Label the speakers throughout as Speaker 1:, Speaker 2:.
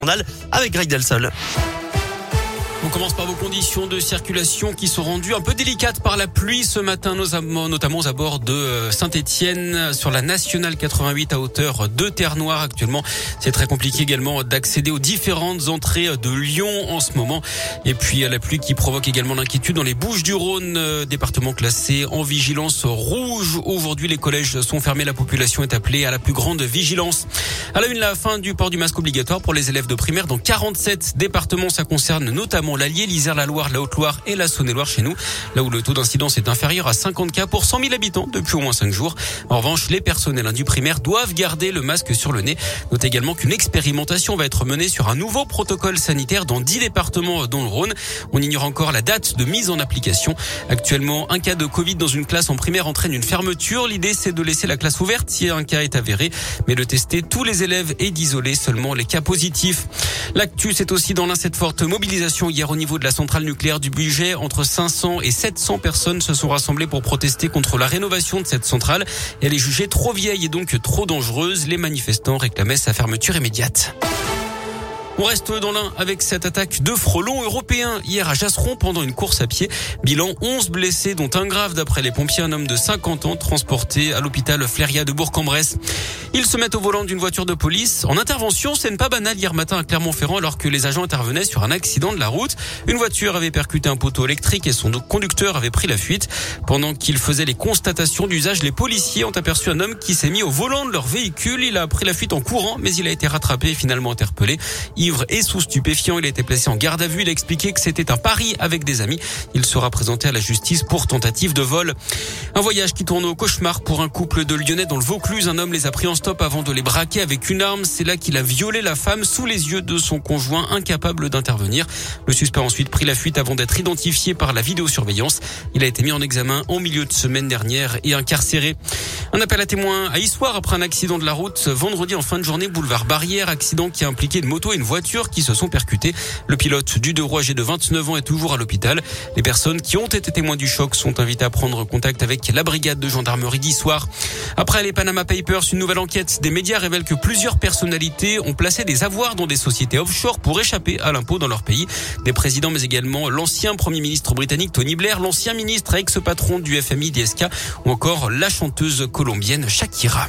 Speaker 1: Journal avec Greg Delsol.
Speaker 2: On commence par vos conditions de circulation qui sont rendues un peu délicates par la pluie ce matin, notamment aux abords de Saint-Étienne sur la nationale 88 à hauteur de Terre-Noire. Actuellement, c'est très compliqué également d'accéder aux différentes entrées de Lyon en ce moment. Et puis la pluie qui provoque également l'inquiétude dans les Bouches-du-Rhône, département classé en vigilance rouge. Aujourd'hui, les collèges sont fermés, la population est appelée à la plus grande vigilance. À la une, la fin du port du masque obligatoire pour les élèves de primaire dans 47 départements. Ça concerne notamment l'Allier, l'Isère, la Loire, la Haute-Loire et la Saône-et-Loire chez nous, là où le taux d'incidence est inférieur à 50 cas pour 100 000 habitants depuis au moins 5 jours. En revanche, les personnels du primaire doivent garder le masque sur le nez. Notez également qu'une expérimentation va être menée sur un nouveau protocole sanitaire dans 10 départements dans le Rhône. On ignore encore la date de mise en application. Actuellement, un cas de Covid dans une classe en primaire entraîne une fermeture. L'idée, c'est de laisser la classe ouverte si un cas est avéré, mais de tester tous les élèves et d'isoler seulement les cas positifs. L'actu, c'est aussi dans cette forte mobilisation hier au niveau de la centrale nucléaire du Bugey. Entre 500 et 700 personnes se sont rassemblées pour protester contre la rénovation de cette centrale. Elle est jugée trop vieille et donc trop dangereuse. Les manifestants réclamaient sa fermeture immédiate. On reste dans l'Ain avec cette attaque de frelons européens hier à Jasseron pendant une course à pied. Bilan 11 blessés, dont un grave d'après les pompiers, un homme de 50 ans transporté à l'hôpital Fléria de Bourg-en-Bresse. Ils se mettent au volant d'une voiture de police. En intervention, scène pas banale hier matin à Clermont-Ferrand alors que les agents intervenaient sur un accident de la route. Une voiture avait percuté un poteau électrique et son conducteur avait pris la fuite. Pendant qu'ils faisaient les constatations d'usage, les policiers ont aperçu un homme qui s'est mis au volant de leur véhicule. Il a pris la fuite en courant, mais il a été rattrapé et finalement interpellé. Ivre et sous stupéfiant, il a été placé en garde à vue. Il a expliqué que c'était un pari avec des amis. Il sera présenté à la justice pour tentative de vol. Un voyage qui tourne au cauchemar pour un couple de Lyonnais dans le Vaucluse. Un homme les a pris en stop avant de les braquer avec une arme. C'est là qu'il a violé la femme sous les yeux de son conjoint, incapable d'intervenir. Le suspect a ensuite pris la fuite avant d'être identifié par la vidéosurveillance. Il a été mis en examen en milieu de semaine dernière et incarcéré. Un appel à témoins à Issoire après un accident de la route vendredi en fin de journée, boulevard Barrière. Accident qui a impliqué une moto et une voiture qui se sont percutés. Le pilote du deux roues âgé de 29 ans est toujours à l'hôpital. Les personnes qui ont été témoins du choc sont invitées à prendre contact avec la brigade de gendarmerie d'Issoire. Après les Panama Papers, une nouvelle enquête des médias révèle que plusieurs personnalités ont placé des avoirs dans des sociétés offshore pour échapper à l'impôt dans leur pays. Des présidents, mais également l'ancien premier ministre britannique Tony Blair, l'ancien ministre et ex-patron du FMI DSK ou encore la chanteuse colombienne Shakira.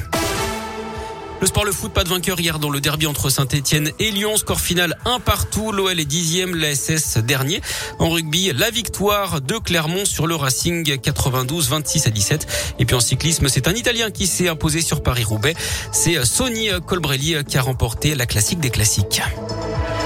Speaker 2: Le sport, le foot, pas de vainqueur hier dans le derby entre Saint-Étienne et Lyon. Score final 1-1. L'OL est 10e, l'ASS dernier. En rugby, la victoire de Clermont sur le Racing 92, 26-17. Et puis en cyclisme, c'est un Italien qui s'est imposé sur Paris-Roubaix. C'est Sonny Colbrelli qui a remporté la classique des classiques.